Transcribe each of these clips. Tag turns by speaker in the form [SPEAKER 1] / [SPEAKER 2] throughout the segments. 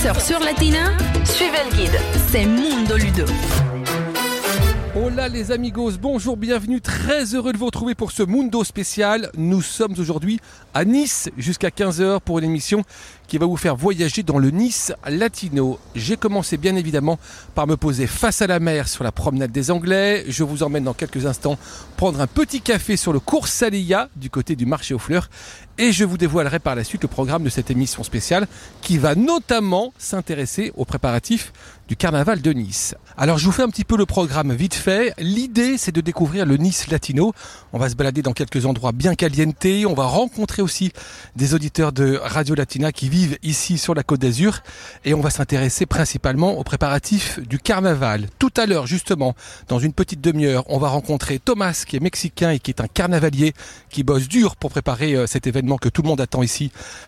[SPEAKER 1] 20h sur Latina, suivez le guide. C'est Mundo Ludo.
[SPEAKER 2] Hola les amigos, bonjour, bienvenue, très heureux de vous retrouver pour ce Mundo spécial. Nous sommes aujourd'hui à Nice jusqu'à 15h pour une émission qui va vous faire voyager dans le Nice latino. J'ai commencé bien évidemment par me poser face à la mer sur la promenade des Anglais. Je vous emmène dans quelques instants prendre un petit café sur le cours Salilla du côté du marché aux fleurs. Et je vous dévoilerai par la suite le programme de cette émission spéciale qui va notamment s'intéresser aux préparatifs du carnaval de Nice. Alors je vous fais un petit peu le programme vite fait. L'idée c'est de découvrir le Nice latino. On va se balader dans quelques endroits bien caliente. On va rencontrer aussi des auditeurs de Radio Latina qui vivent ici sur la Côte d'Azur. Et on va s'intéresser principalement aux préparatifs du carnaval. Tout à l'heure justement, dans une petite demi-heure, on va rencontrer Thomas qui est mexicain et qui est un carnavalier qui bosse dur pour préparer cet événement que tout le monde attend ici.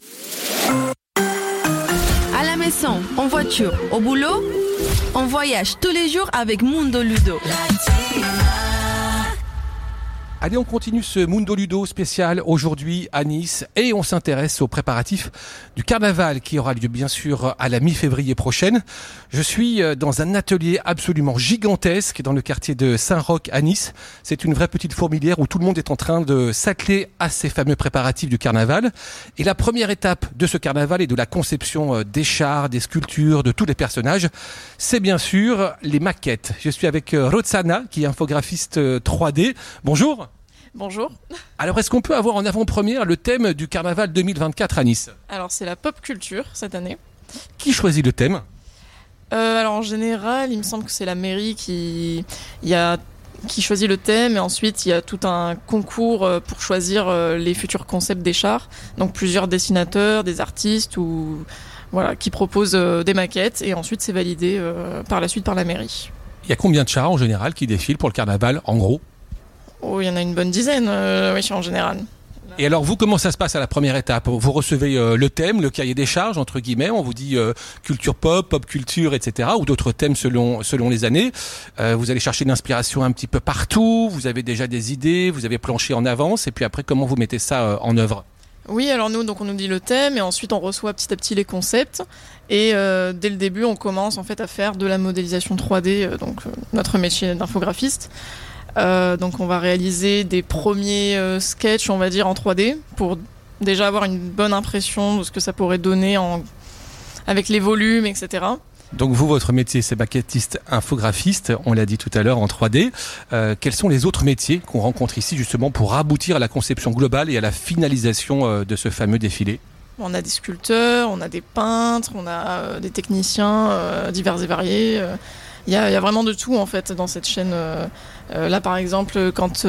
[SPEAKER 1] À la maison, en voiture, au boulot, on voyage tous les jours avec Mundo Ludo.
[SPEAKER 2] Allez, on continue ce Mundo Ludo spécial aujourd'hui à Nice et on s'intéresse aux préparatifs du carnaval qui aura lieu bien sûr à la mi-février prochaine. Je suis dans un atelier absolument gigantesque dans le quartier de Saint-Roch à Nice. C'est une vraie petite fourmilière où tout le monde est en train de s'atteler à ces fameux préparatifs du carnaval. Et la première étape de ce carnaval et de la conception des chars, des sculptures, de tous les personnages, c'est bien sûr les maquettes. Je suis avec Roxana qui est infographiste 3D. Bonjour.
[SPEAKER 3] Bonjour.
[SPEAKER 2] Alors, est-ce qu'on peut avoir en avant-première le thème du carnaval 2024 à Nice ?
[SPEAKER 3] Alors, c'est la pop culture cette année.
[SPEAKER 2] Qui choisit le thème ?
[SPEAKER 3] Alors, en général, il me semble que c'est la mairie qui choisit le thème. Et ensuite, il y a tout un concours pour choisir les futurs concepts des chars. Donc, plusieurs dessinateurs, des artistes qui proposent des maquettes. Et ensuite, c'est validé par la suite par la mairie.
[SPEAKER 2] Il y a combien de chars en général qui défilent pour le carnaval, en gros ?
[SPEAKER 3] Oh, il y en a une bonne dizaine, oui, en général.
[SPEAKER 2] Et alors vous, comment ça se passe à la première étape ? Vous recevez le thème, le cahier des charges, entre guillemets, on vous dit culture pop culture, etc. ou d'autres thèmes selon les années. Vous allez chercher l'inspiration un petit peu partout, vous avez déjà des idées, vous avez planché en avance, et puis après, comment vous mettez ça en œuvre ?
[SPEAKER 3] Oui, alors nous, donc on nous dit le thème, et ensuite on reçoit petit à petit les concepts, et dès le début, on commence en fait à faire de la modélisation 3D, notre métier d'infographiste. Donc on va réaliser des premiers sketchs, on va dire, en 3D pour déjà avoir une bonne impression de ce que ça pourrait donner avec les volumes, etc.
[SPEAKER 2] Donc vous, votre métier, c'est maquettiste, infographiste, on l'a dit tout à l'heure, en 3D. Quels sont les autres métiers qu'on rencontre ici justement pour aboutir à la conception globale et à la finalisation de ce fameux défilé ?
[SPEAKER 3] On a des sculpteurs, on a des peintres, on a des techniciens divers et variés. Il y a vraiment de tout en fait dans cette chaîne. Là par exemple, quand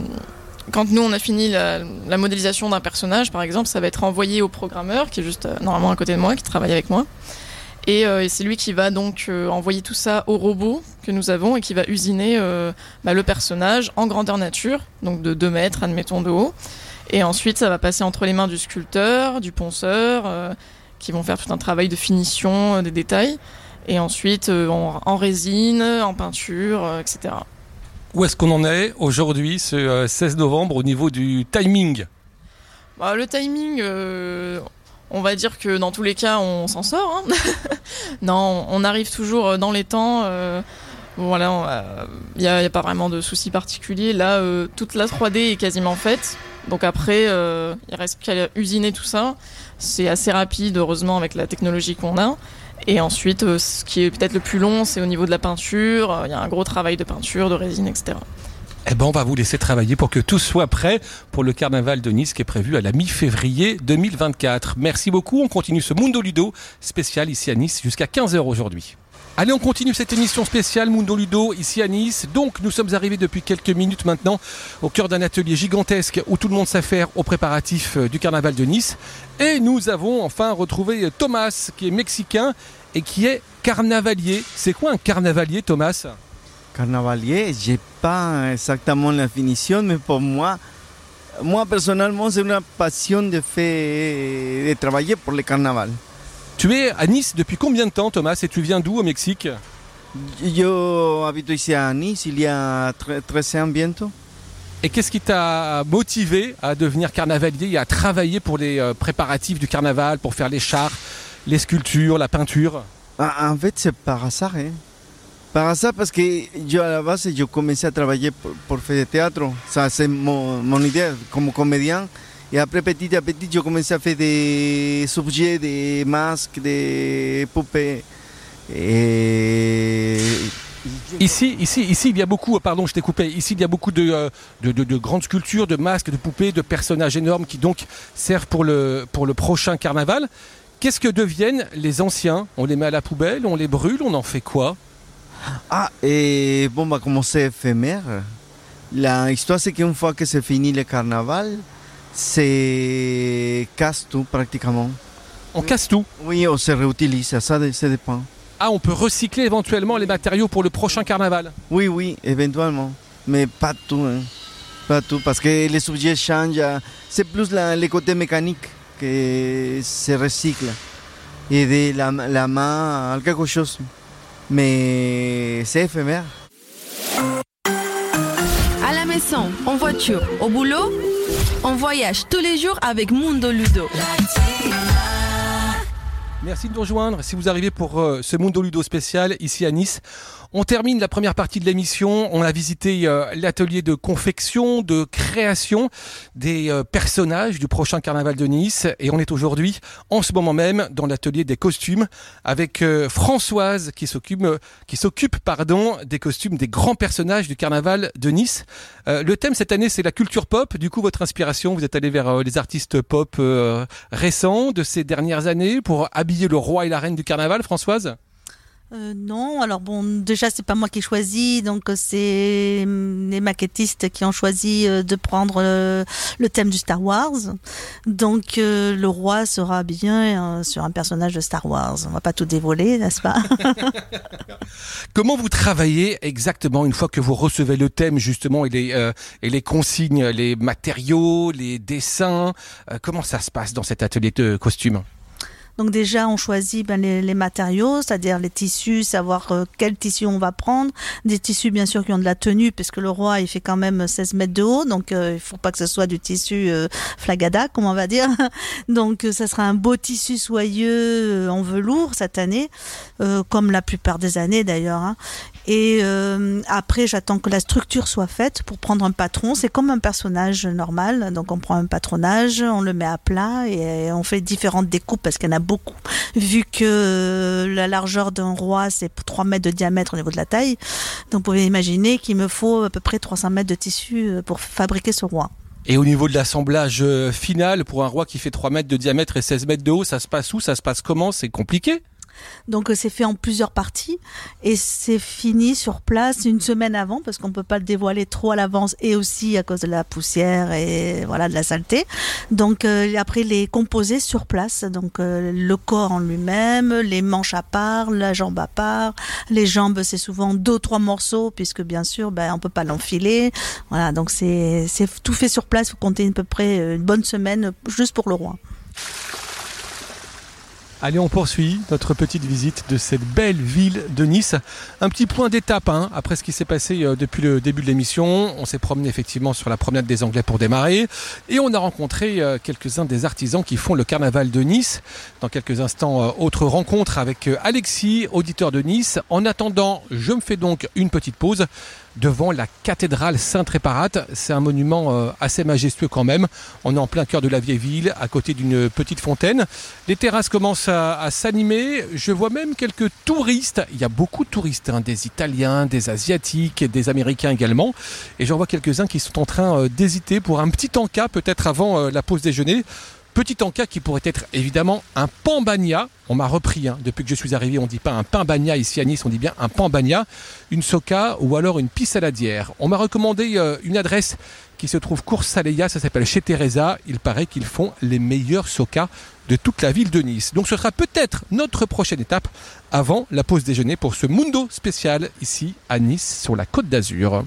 [SPEAKER 3] nous on a fini la modélisation d'un personnage, par exemple, ça va être envoyé au programmeur qui est juste normalement à côté de moi, qui travaille avec moi. Et c'est lui qui va donc envoyer tout ça au robot que nous avons et qui va usiner le personnage en grandeur nature, donc de 2 mètres, admettons, de haut. Et ensuite ça va passer entre les mains du sculpteur, du ponceur, qui vont faire tout un travail de finition, des détails. Et ensuite en résine, en peinture, etc.
[SPEAKER 2] Où est-ce qu'on en est aujourd'hui, ce 16 novembre, au niveau du timing ?
[SPEAKER 3] Le timing, on va dire que dans tous les cas, on s'en sort. Hein. Non, on arrive toujours dans les temps. Il n'y a pas vraiment de soucis particuliers. Là, toute la 3D est quasiment faite. Donc après, il reste qu'à usiner tout ça. C'est assez rapide, heureusement, avec la technologie qu'on a. Et ensuite, ce qui est peut-être le plus long, c'est au niveau de la peinture. Il y a un gros travail de peinture, de résine, etc.
[SPEAKER 2] Eh ben, on va vous laisser travailler pour que tout soit prêt pour le carnaval de Nice qui est prévu à la mi-février 2024. Merci beaucoup. On continue ce Mundo Ludo spécial ici à Nice jusqu'à 15h aujourd'hui. Allez, on continue cette émission spéciale Mundo Ludo ici à Nice. Donc, nous sommes arrivés depuis quelques minutes maintenant au cœur d'un atelier gigantesque où tout le monde s'affaire aux préparatifs du carnaval de Nice. Et nous avons enfin retrouvé Thomas, qui est mexicain et qui est carnavalier. C'est quoi un carnavalier, Thomas ?
[SPEAKER 4] Carnavalier, j'ai pas exactement la définition, mais pour moi personnellement, c'est une passion de travailler pour le carnaval.
[SPEAKER 2] Tu es à Nice depuis combien de temps, Thomas, et tu viens d'où au Mexique ?
[SPEAKER 4] Yo habito ici à Nice, il y a 13 ans bientôt.
[SPEAKER 2] Et qu'est-ce qui t'a motivé à devenir carnavalier et à travailler pour les préparatifs du carnaval, pour faire les chars ? les sculptures, la peinture?
[SPEAKER 4] En fait, c'est par hasard. Par hasard, parce que yo a la base, yo comencé a travailler por faire de teatro. Ça, c'est mon idée comme comédien. Et après, petit à petit, yo commencé à faire des objets, des masques, des poupées. Et...
[SPEAKER 2] Ici, il y a beaucoup, pardon, je t'ai coupé. Ici, il y a beaucoup de grandes sculptures, de masques, de poupées, de personnages énormes qui donc servent pour le prochain carnaval. Qu'est-ce que deviennent les anciens? On les met à la poubelle, on les brûle, on en fait quoi?
[SPEAKER 4] Et bon, bah, comme c'est éphémère, l'histoire c'est qu'une fois que c'est fini le carnaval, c'est casse tout pratiquement.
[SPEAKER 2] On casse tout?
[SPEAKER 4] Oui, on se réutilise, ça dépend.
[SPEAKER 2] On peut recycler éventuellement les matériaux pour le prochain carnaval?
[SPEAKER 4] Oui, éventuellement. Mais pas tout, Pas tout, parce que les objets changent. C'est plus le côté mécanique que se recycle. Et de la main, quelque chose. Mais c'est éphémère.
[SPEAKER 1] À la maison, en voiture, au boulot, on voyage tous les jours avec Mundo Ludo.
[SPEAKER 2] Merci de nous rejoindre. Si vous arrivez pour ce Mundo Ludo spécial ici à Nice, on termine la première partie de l'émission. On a visité l'atelier de confection, de création des personnages du prochain carnaval de Nice. Et on est aujourd'hui, en ce moment même, dans l'atelier des costumes avec Françoise qui s'occupe des costumes des grands personnages du carnaval de Nice. Le thème cette année, c'est la culture pop. Du coup, votre inspiration, vous êtes allé vers les artistes pop récents de ces dernières années pour habiller le roi et la reine du carnaval, Françoise?
[SPEAKER 5] Non, alors bon, déjà c'est pas moi qui ai choisi, donc c'est les maquettistes qui ont choisi de prendre le thème du Star Wars. Donc le roi sera habillé sur un personnage de Star Wars. On va pas tout dévoiler, n'est-ce pas?
[SPEAKER 2] Comment vous travaillez exactement une fois que vous recevez le thème justement et les consignes, les matériaux, les dessins? Comment ça se passe dans cet atelier de costumes?
[SPEAKER 5] Donc déjà, on choisit les matériaux, c'est-à-dire les tissus, savoir quel tissu on va prendre. Des tissus, bien sûr, qui ont de la tenue, parce que le roi, il fait quand même 16 mètres de haut, donc il faut pas que ce soit du tissu flagada, comme on va dire. Donc ça sera un beau tissu soyeux en velours cette année, comme la plupart des années d'ailleurs. Et après, j'attends que la structure soit faite pour prendre un patron. C'est comme un personnage normal, donc on prend un patronage, on le met à plat et on fait différentes découpes parce qu'il y en a beaucoup. Vu que la largeur d'un roi, c'est 3 mètres de diamètre au niveau de la taille, donc vous pouvez imaginer qu'il me faut à peu près 300 mètres de tissu pour fabriquer ce roi.
[SPEAKER 2] Et au niveau de l'assemblage final, pour un roi qui fait 3 mètres de diamètre et 16 mètres de haut, ça se passe où? Ça se passe comment? C'est compliqué?
[SPEAKER 5] Donc c'est fait en plusieurs parties et c'est fini sur place une semaine avant parce qu'on ne peut pas le dévoiler trop à l'avance et aussi à cause de la poussière et voilà, de la saleté. Donc après les composer sur place, donc le corps en lui-même, les manches à part, la jambe à part. Les jambes c'est souvent 2 ou 3 morceaux puisque bien sûr on ne peut pas l'enfiler. Voilà, donc c'est tout fait sur place, il faut compter à peu près une bonne semaine juste pour le roi.
[SPEAKER 2] Allez, on poursuit notre petite visite de cette belle ville de Nice. Un petit point d'étape après ce qui s'est passé depuis le début de l'émission. On s'est promené effectivement sur la promenade des Anglais pour démarrer. Et on a rencontré quelques-uns des artisans qui font le carnaval de Nice. Dans quelques instants, autre rencontre avec Alexis, auditeur de Nice. En attendant, je me fais donc une petite pause devant la cathédrale Sainte-Réparate. C'est un monument assez majestueux quand même. On est en plein cœur de la vieille ville, à côté d'une petite fontaine. Les terrasses commencent à s'animer. Je vois même quelques touristes. Il y a beaucoup de touristes, des Italiens, des Asiatiques, des Américains également. Et j'en vois quelques-uns qui sont en train d'hésiter pour un petit encas, peut-être avant la pause déjeuner. Petit encas qui pourrait être évidemment un pambagna. On m'a repris, depuis que je suis arrivé, on ne dit pas un pain bagna ici à Nice, on dit bien un pambagna, une soca ou alors une pisse saladière. On m'a recommandé une adresse qui se trouve Cours Saleya, ça s'appelle chez Teresa. Il paraît qu'ils font les meilleurs socas de toute la ville de Nice. Donc ce sera peut-être notre prochaine étape avant la pause déjeuner pour ce Mundo spécial ici à Nice sur la Côte d'Azur.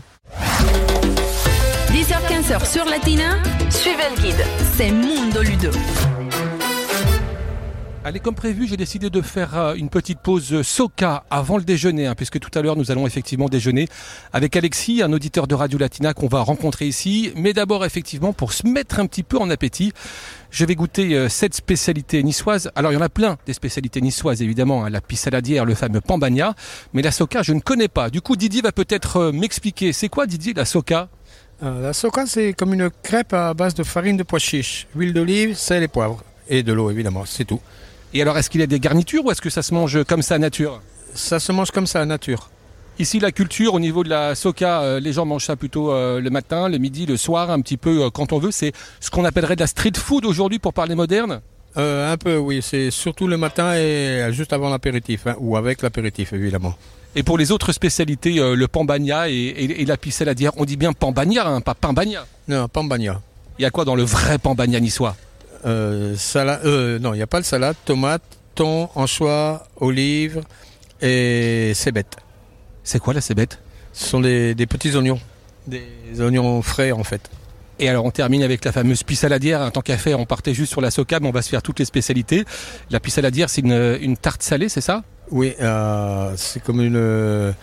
[SPEAKER 1] 10h-15h sur Latina, suivez le guide, c'est Mundo Ludo.
[SPEAKER 2] Allez, comme prévu, j'ai décidé de faire une petite pause Soca avant le déjeuner, puisque tout à l'heure nous allons effectivement déjeuner avec Alexis, un auditeur de Radio Latina qu'on va rencontrer ici. Mais d'abord, effectivement, pour se mettre un petit peu en appétit, je vais goûter cette spécialité niçoise. Alors, il y en a plein des spécialités niçoises, évidemment, la pissaladière, le fameux pambagna, mais la Soca, je ne connais pas. Du coup, Didier va peut-être m'expliquer. C'est quoi, Didier, la Soca ?
[SPEAKER 6] La Soca, c'est comme une crêpe à base de farine de pois chiches, huile d'olive, sel et poivre. Et de l'eau, évidemment, c'est tout.
[SPEAKER 2] Et alors, est-ce qu'il y a des garnitures ou est-ce que ça se mange comme ça, nature ?
[SPEAKER 6] Ça se mange comme ça, à nature.
[SPEAKER 2] Ici, la culture, au niveau de la Soca, les gens mangent ça plutôt le matin, le midi, le soir, un petit peu quand on veut. C'est ce qu'on appellerait de la street food aujourd'hui pour parler moderne ?
[SPEAKER 6] Un peu, oui. C'est surtout le matin et juste avant l'apéritif, ou avec l'apéritif, évidemment.
[SPEAKER 2] Et pour les autres spécialités, le pambagna et la pissaladière, on dit bien pambagna, pas pambagna.
[SPEAKER 6] Non, pambagna.
[SPEAKER 2] Il y a quoi dans le vrai pambagna niçois ?
[SPEAKER 6] Non, il n'y a pas de salade, tomate, thon, anchois, olive et cébette.
[SPEAKER 2] C'est quoi la cébette ?
[SPEAKER 6] Ce sont des petits oignons, des oignons frais en fait.
[SPEAKER 2] Et alors on termine avec la fameuse pissaladière. Tant qu'à faire, on partait juste sur la Soca, mais on va se faire toutes les spécialités. La pissaladière, c'est une tarte salée, c'est ça ?
[SPEAKER 6] Oui, c'est comme une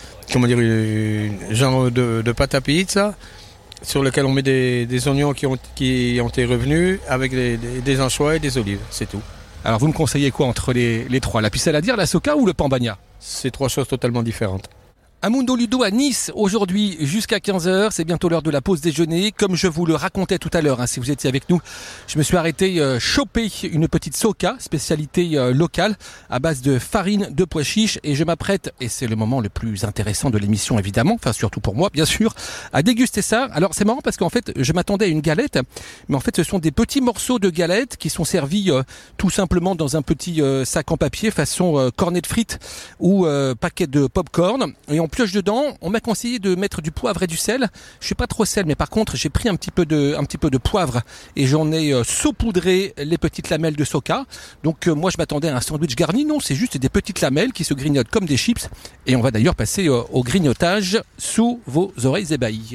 [SPEAKER 6] genre de pâte à pizza sur lequel on met des oignons qui ont été revenus avec des anchois et des olives, c'est tout.
[SPEAKER 2] Alors vous me conseillez quoi entre les trois ? La pissaladière, la Soca ou le pambagna ?
[SPEAKER 6] C'est trois choses totalement différentes.
[SPEAKER 2] Amundo Ludo à Nice, aujourd'hui jusqu'à 15h, c'est bientôt l'heure de la pause déjeuner. Comme je vous le racontais tout à l'heure, si vous étiez avec nous, je me suis arrêté choper une petite Soca, spécialité locale, à base de farine de pois chiches. Et je m'apprête, et c'est le moment le plus intéressant de l'émission évidemment, enfin surtout pour moi bien sûr, à déguster ça. Alors c'est marrant parce qu'en fait, je m'attendais à une galette, mais en fait ce sont des petits morceaux de galette qui sont servis tout simplement dans un petit sac en papier façon cornet de frites ou paquet de popcorn. Et on pioche dedans. On m'a conseillé de mettre du poivre et du sel. Je suis pas trop sel, mais par contre j'ai pris un petit peu de poivre et j'en ai saupoudré les petites lamelles de Soca. Donc moi je m'attendais à un sandwich garni. Non, c'est juste des petites lamelles qui se grignotent comme des chips. Et on va d'ailleurs passer au grignotage sous vos oreilles ébahies.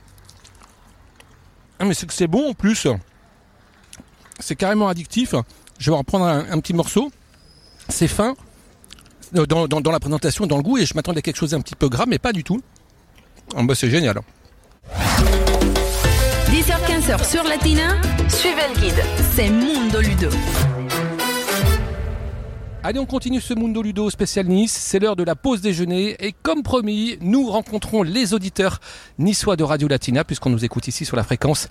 [SPEAKER 2] Ah, mais c'est bon en plus. C'est carrément addictif. Je vais en prendre un petit morceau. C'est fin. Dans la présentation, dans le goût, et je m'attendais à quelque chose un petit peu gras, mais pas du tout. C'est génial.
[SPEAKER 1] 10h-15h sur Latina, suivez le guide. C'est Mundo Ludo.
[SPEAKER 2] Allez, on continue ce Mundo Ludo spécial Nice. C'est l'heure de la pause déjeuner. Et comme promis, nous rencontrons les auditeurs niçois de Radio Latina, puisqu'on nous écoute ici sur la fréquence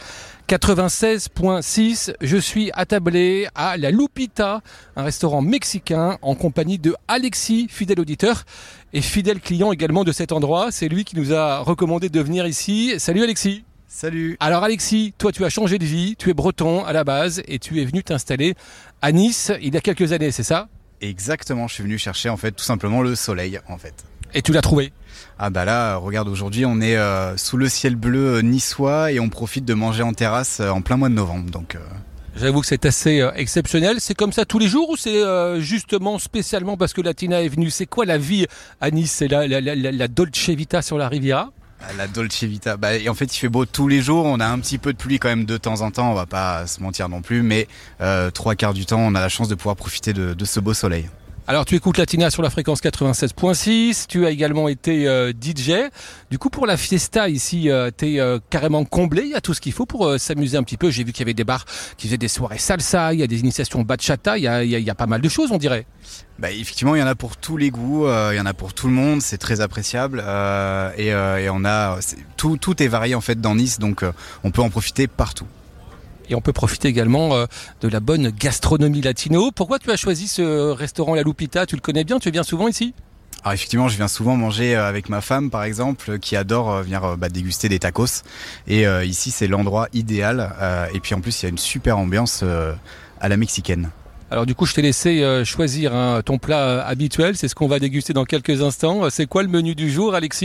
[SPEAKER 2] 96.6. Je suis attablé à La Lupita, un restaurant mexicain, en compagnie de Alexis, fidèle auditeur et fidèle client également de cet endroit. C'est lui qui nous a recommandé de venir ici. Salut Alexis.
[SPEAKER 7] Salut.
[SPEAKER 2] Alors Alexis, toi tu as changé de vie, tu es breton à la base et tu es venu t'installer à Nice il y a quelques années, c'est ça ?
[SPEAKER 7] Exactement, je suis venu chercher en fait tout simplement le soleil en fait.
[SPEAKER 2] Et tu l'as trouvé ?
[SPEAKER 7] Ah bah là, regarde, aujourd'hui on est sous le ciel bleu niçois et on profite de manger en terrasse en plein mois de novembre. Donc,
[SPEAKER 2] J'avoue que c'est assez exceptionnel. C'est comme ça tous les jours ou c'est justement spécialement parce que Latina est venue ? C'est quoi la vie à Nice ? C'est la Dolce Vita sur la Riviera ?
[SPEAKER 7] la Dolce Vita. Et en fait, il fait beau tous les jours. On a un petit peu de pluie quand même de temps en temps. On va pas se mentir non plus. Mais 3/4 du temps, on a la chance de pouvoir profiter de ce beau soleil.
[SPEAKER 2] Alors tu écoutes Latina sur la fréquence 96.6, tu as également été DJ. Du coup pour la fiesta ici, t'es carrément comblé, il y a tout ce qu'il faut pour s'amuser un petit peu. J'ai vu qu'il y avait des bars qui faisaient des soirées salsa, il y a des initiations bachata, il y a pas mal de choses on dirait.
[SPEAKER 7] Effectivement il y en a pour tous les goûts, il y en a pour tout le monde, c'est très appréciable et on a tout est varié en fait dans Nice, donc on peut en profiter partout.
[SPEAKER 2] Et on peut profiter également de la bonne gastronomie latino. Pourquoi tu as choisi ce restaurant La Lupita ? Tu le connais bien ? Tu viens souvent ici ?
[SPEAKER 7] Alors effectivement, je viens souvent manger avec ma femme, par exemple, qui adore venir déguster des tacos. Et ici, c'est l'endroit idéal. Et puis en plus, il y a une super ambiance à la mexicaine.
[SPEAKER 2] Alors du coup, je t'ai laissé choisir ton plat habituel. C'est ce qu'on va déguster dans quelques instants. C'est quoi le menu du jour, Alexis ?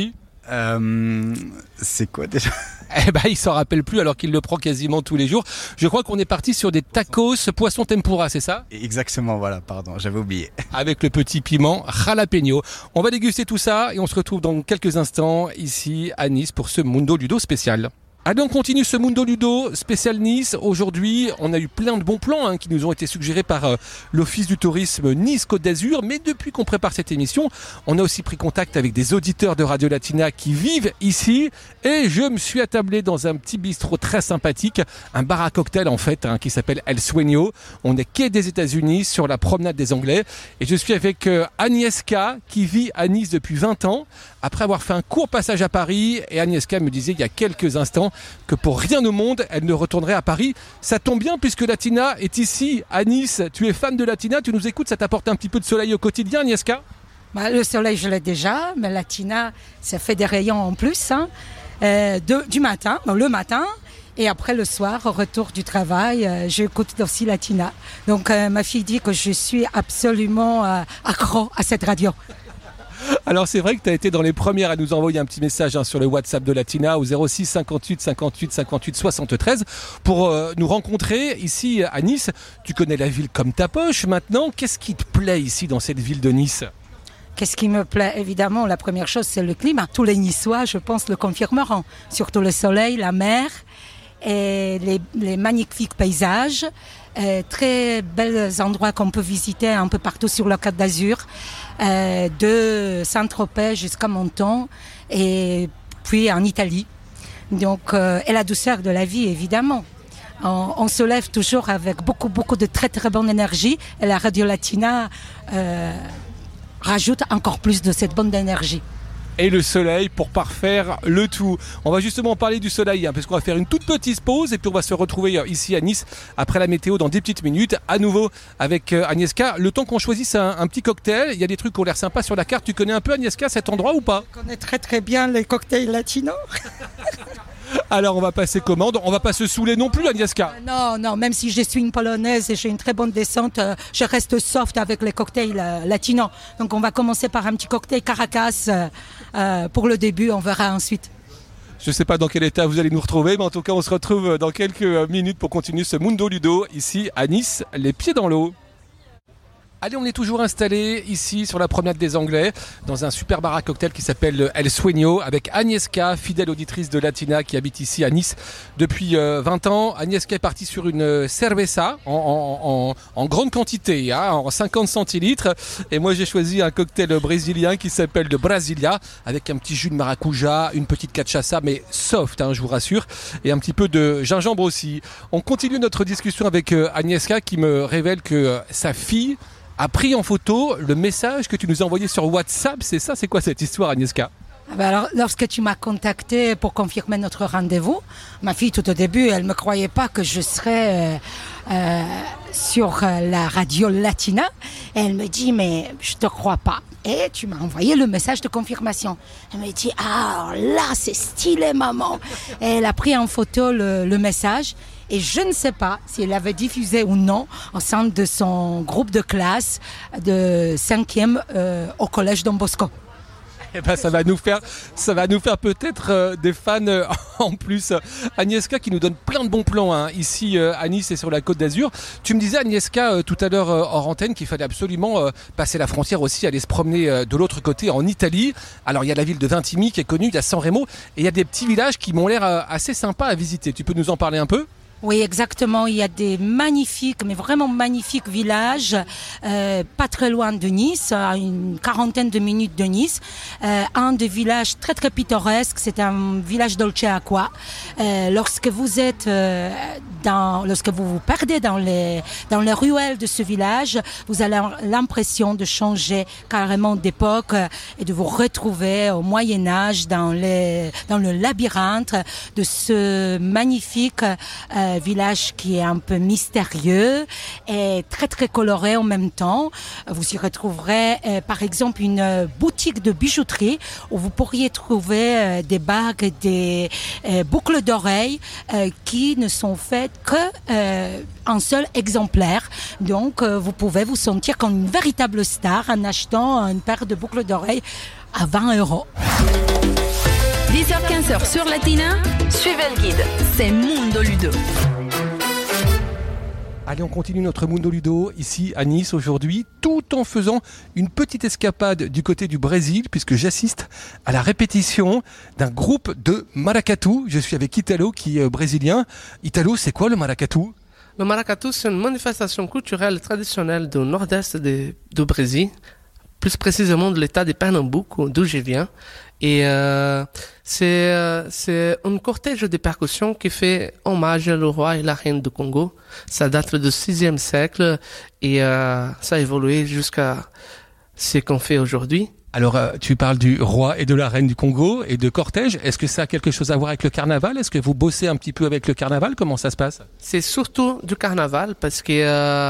[SPEAKER 7] C'est quoi déjà ?
[SPEAKER 2] Il s'en rappelle plus alors qu'il le prend quasiment tous les jours. Je crois qu'on est parti sur des tacos poisson tempura, c'est ça ?
[SPEAKER 7] Exactement, voilà, pardon, j'avais oublié.
[SPEAKER 2] Avec le petit piment jalapeno. On va déguster tout ça et on se retrouve dans quelques instants ici à Nice pour ce Mundo Ludo spécial. Allez, on continue ce Mundo Ludo spécial Nice. Aujourd'hui, on a eu plein de bons plans qui nous ont été suggérés par l'Office du tourisme Nice-Côte d'Azur. Mais depuis qu'on prépare cette émission, on a aussi pris contact avec des auditeurs de Radio Latina qui vivent ici. Et je me suis attablé dans un petit bistrot très sympathique, un bar à cocktail en fait, qui s'appelle El Sueño. On est quai des États-Unis sur la promenade des Anglais. Et je suis avec Agnieszka qui vit à Nice depuis 20 ans. Après avoir fait un court passage à Paris, et Agnieszka me disait il y a quelques instants que pour rien au monde, elle ne retournerait à Paris. Ça tombe bien puisque Latina est ici, à Nice. Tu es fan de Latina, tu nous écoutes, ça t'apporte un petit peu de soleil au quotidien, Agnieszka ?
[SPEAKER 8] Le soleil, je l'ai déjà, mais Latina, ça fait des rayons en plus. Le matin, et après le soir, au retour du travail, j'écoute aussi Latina. Donc ma fille dit que je suis absolument accro à cette radio.
[SPEAKER 2] Alors c'est vrai que tu as été dans les premières à nous envoyer un petit message sur le WhatsApp de Latina au 06 58 58 58 73 pour nous rencontrer ici à Nice. Tu connais la ville comme ta poche maintenant. Qu'est-ce qui te plaît ici dans cette ville de Nice ?
[SPEAKER 8] Qu'est-ce qui me plaît ? Évidemment, la première chose, c'est le climat. Tous les Niçois, je pense, le confirmeront. Surtout le soleil, la mer et les magnifiques paysages. Très bels endroits qu'on peut visiter un peu partout sur la Côte d'Azur, de Saint-Tropez jusqu'à Menton et puis en Italie. Donc, et la douceur de la vie, évidemment. On se lève toujours avec beaucoup de très très bonne énergie et la Radio Latina rajoute encore plus de cette bonne énergie.
[SPEAKER 2] Et le soleil pour parfaire le tout. On va justement parler du soleil, parce qu'on va faire une toute petite pause et puis on va se retrouver ici à Nice après la météo dans des petites minutes. À nouveau avec Agnieszka. Le temps qu'on choisisse un petit cocktail, il y a des trucs qui ont l'air sympas sur la carte. Tu connais un peu, Agnieszka, cet endroit ou pas ?
[SPEAKER 8] Je connais très très bien les cocktails latinos.
[SPEAKER 2] Alors on va passer commande, on va pas se saouler non plus, Agnieszka.
[SPEAKER 8] Non, même si je suis une polonaise et j'ai une très bonne descente, je reste soft avec les cocktails latinos. Donc on va commencer par un petit cocktail Caracas pour le début, on verra ensuite.
[SPEAKER 2] Je ne sais pas dans quel état vous allez nous retrouver, mais en tout cas on se retrouve dans quelques minutes pour continuer ce Mundo Ludo ici à Nice, les pieds dans l'eau. Allez, on est toujours installé ici sur la promenade des Anglais dans un super bar à cocktail qui s'appelle El Sueño avec Agnieszka, fidèle auditrice de Latina qui habite ici à Nice depuis 20 ans. Agnieszka est partie sur une cerveza en grande quantité, en 50 centilitres. Et moi j'ai choisi un cocktail brésilien qui s'appelle le Brasilia avec un petit jus de maracuja, une petite cachaça mais soft, je vous rassure, et un petit peu de gingembre aussi. On continue notre discussion avec Agnieszka qui me révèle que sa fille a pris en photo le message que tu nous as envoyé sur WhatsApp. C'est ça, c'est quoi cette histoire, Agnieszka ?
[SPEAKER 8] Alors, lorsque tu m'as contacté pour confirmer notre rendez-vous, ma fille, tout au début, elle ne me croyait pas que je serais sur la radio Latina. Et elle me dit, mais je ne te crois pas. Et tu m'as envoyé le message de confirmation. Elle me dit, ah là, c'est stylé, maman. Et elle a pris en photo le message. Et je ne sais pas si elle avait diffusé ou non au sein de son groupe de classe de 5e au collège Don Bosco.
[SPEAKER 2] Eh ben, ça va nous faire peut-être des fans en plus. Agnieszka qui nous donne plein de bons plans ici à Nice et sur la Côte d'Azur. Tu me disais, Agnieszka, tout à l'heure hors antenne, qu'il fallait absolument passer la frontière aussi, aller se promener de l'autre côté en Italie. Alors il y a la ville de Vintimille qui est connue, il y a San Remo et il y a des petits villages qui m'ont l'air assez sympas à visiter. Tu peux nous en parler un peu ?
[SPEAKER 8] Oui, exactement. Il y a des magnifiques, mais vraiment magnifiques villages, pas très loin de Nice, à une quarantaine de minutes de Nice. Un des villages très très pittoresques, c'est un village Dolce Acqua. Lorsque vous êtes lorsque vous vous perdez dans les ruelles de ce village, vous avez l'impression de changer carrément d'époque et de vous retrouver au Moyen-Âge dans le labyrinthe de ce magnifique village qui est un peu mystérieux et très très coloré en même temps. Vous y retrouverez par exemple une boutique de bijouterie où vous pourriez trouver des bagues, des boucles d'oreilles qui ne sont faites que un seul exemplaire. Donc vous pouvez vous sentir comme une véritable star en achetant une paire de boucles d'oreilles à 20 €.
[SPEAKER 1] 10h-15h sur Latina, suivez le guide, c'est Mundo Ludo.
[SPEAKER 2] Allez, on continue notre Mundo Ludo ici à Nice aujourd'hui, tout en faisant une petite escapade du côté du Brésil, puisque j'assiste à la répétition d'un groupe de maracatu. Je suis avec Italo, qui est brésilien. Italo, c'est quoi le maracatu ?
[SPEAKER 9] Le maracatu, c'est une manifestation culturelle traditionnelle du nord-est du Brésil, plus précisément de l'état de Pernambouc, d'où je viens. Et c'est un cortège de percussions qui fait hommage au roi et la reine du Congo. Ça date du 6e siècle et ça a évolué jusqu'à ce qu'on fait aujourd'hui.
[SPEAKER 2] Alors, tu parles du roi et de la reine du Congo et de cortège. Est-ce que ça a quelque chose à voir avec le carnaval ? Est-ce que vous bossez un petit peu avec le carnaval ? Comment ça se passe ?
[SPEAKER 9] C'est surtout du carnaval parce que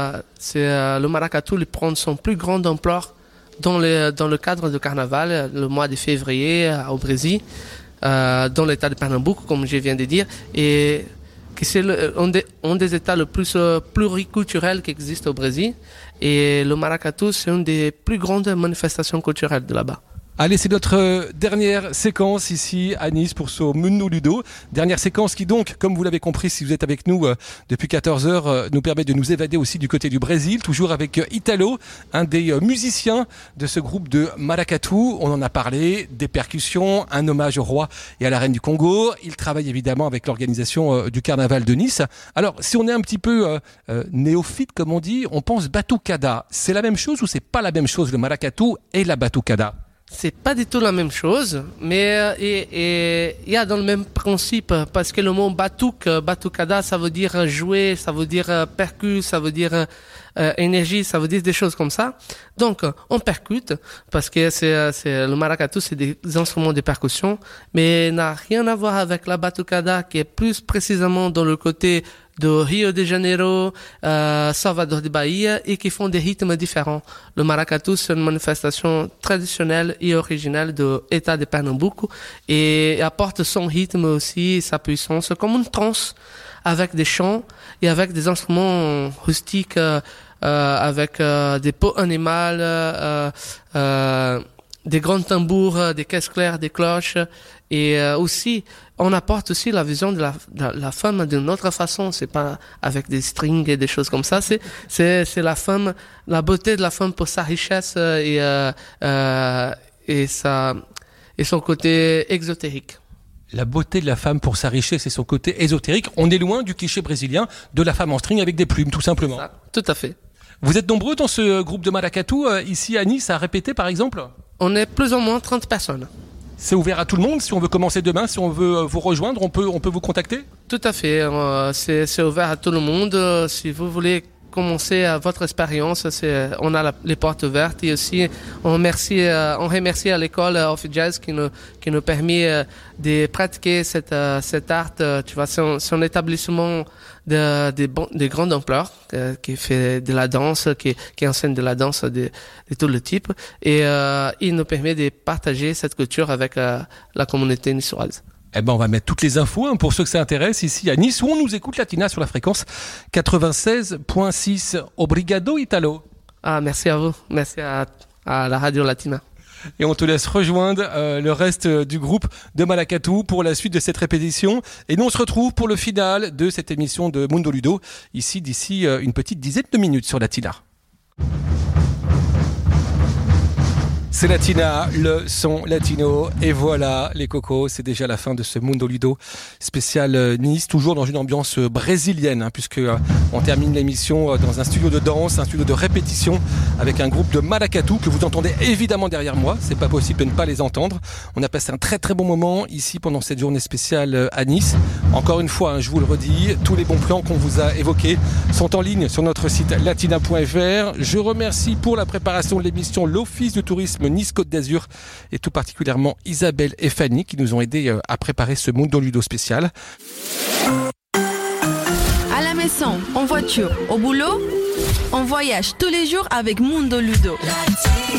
[SPEAKER 9] le maracatu il prend son plus grande ampleur dans le cadre du carnaval, le mois de février au Brésil, dans l'état de Pernambouc, comme je viens de dire, et que c'est un des états le plus pluriculturels qui existe au Brésil. Et le maracatu, c'est une des plus grandes manifestations culturelles de là-bas.
[SPEAKER 2] Allez, c'est notre dernière séquence ici à Nice pour ce Mundo Ludo. Dernière séquence qui donc, comme vous l'avez compris si vous êtes avec nous depuis 14h, nous permet de nous évader aussi du côté du Brésil, toujours avec Italo, un des musiciens de ce groupe de maracatu. On en a parlé, des percussions, un hommage au roi et à la reine du Congo. Il travaille évidemment avec l'organisation du carnaval de Nice. Alors, si on est un petit peu néophyte, comme on dit, on pense batucada. C'est la même chose ou c'est pas la même chose, le maracatu et la batucada ?
[SPEAKER 9] C'est pas du tout la même chose, mais il y a dans le même principe, parce que le mot batucada, ça veut dire jouer, ça veut dire percu, ça veut dire énergie, ça veut dire des choses comme ça. Donc, on percute, parce que le maracatu, c'est des instruments de percussion, mais n'a rien à voir avec la batucada, qui est plus précisément dans le côté de Rio de Janeiro, Salvador de Bahia, et qui font des rythmes différents. Le maracatu, c'est une manifestation traditionnelle et originale de l'État de Pernambouc et apporte son rythme aussi, sa puissance, comme une trance, avec des chants et avec des instruments rustiques, avec des peaux animales, des grands tambours, des caisses claires, des cloches, et aussi on apporte aussi la vision de la femme d'une autre façon. C'est pas avec des strings et des choses comme ça. C'est la femme, la beauté de la femme pour sa richesse et son côté exotérique.
[SPEAKER 2] La beauté de la femme pour sa richesse et son côté ésotérique. On est loin du cliché brésilien de la femme en string avec des plumes, tout simplement.
[SPEAKER 9] Ça, tout à fait.
[SPEAKER 2] Vous êtes nombreux dans ce groupe de maracatu ici à Nice à répéter par exemple ?
[SPEAKER 9] On est plus ou moins 30 personnes.
[SPEAKER 2] C'est ouvert à tout le monde. Si on veut commencer demain, si on veut vous rejoindre, on peut vous contacter ?
[SPEAKER 9] Tout à fait. C'est ouvert à tout le monde. Si vous voulez commencer votre expérience, on a les portes ouvertes. Et aussi, on remercie à l'école of Jazz qui nous permet de pratiquer cet art. Tu vois, c'est un établissement de grande ampleur qui fait de la danse, qui enseigne de la danse de tout le type. Et il nous permet de partager cette culture avec la communauté niçoise.
[SPEAKER 2] Eh ben, on va mettre toutes les infos pour ceux que ça intéresse ici à Nice où on nous écoute Latina sur la fréquence 96.6. Obrigado, Italo.
[SPEAKER 9] Ah, merci à vous. Merci à la radio Latina.
[SPEAKER 2] Et on te laisse rejoindre le reste du groupe de maracatu pour la suite de cette répétition. Et nous, on se retrouve pour le final de cette émission de Mundo Ludo, ici d'ici une petite dizaine de minutes sur Latina. C'est Latina, le son latino. Et voilà, les cocos, c'est déjà la fin de ce Mundo Ludo spécial Nice, toujours dans une ambiance brésilienne, puisque on termine l'émission dans un studio de danse, un studio de répétition, avec un groupe de maracatu que vous entendez évidemment derrière moi. C'est pas possible de ne pas les entendre. On a passé un très très bon moment ici pendant cette journée spéciale à Nice. Encore une fois, je vous le redis, tous les bons plans qu'on vous a évoqués sont en ligne sur notre site latina.fr. Je remercie pour la préparation de l'émission l'Office du tourisme Nice-Côte d'Azur et tout particulièrement Isabelle et Fanny qui nous ont aidés à préparer ce Mundo Ludo spécial.
[SPEAKER 1] À la maison, en voiture, au boulot, on voyage tous les jours avec Mundo Ludo.